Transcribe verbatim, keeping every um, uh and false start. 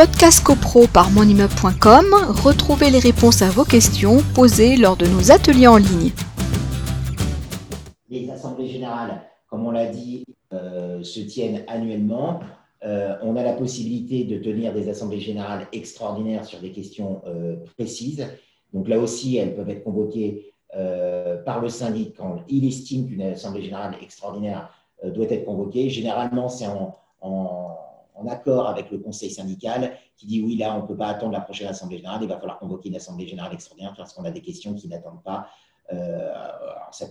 podcast copro par monimmeuble point com, retrouvez les réponses à vos questions posées lors de nos ateliers en ligne. Les assemblées générales, comme on l'a dit, euh, se tiennent annuellement. Euh, on a la possibilité de tenir des assemblées générales extraordinaires sur des questions euh, précises. Donc là aussi, elles peuvent être convoquées euh, par le syndic quand il estime qu'une assemblée générale extraordinaire euh, doit être convoquée. Généralement, c'est en, en, en accord avec le conseil syndical qui dit oui, là, on ne peut pas attendre la prochaine assemblée générale, il va falloir convoquer une assemblée générale extraordinaire parce qu'on a des questions qui n'attendent pas. Euh, alors ça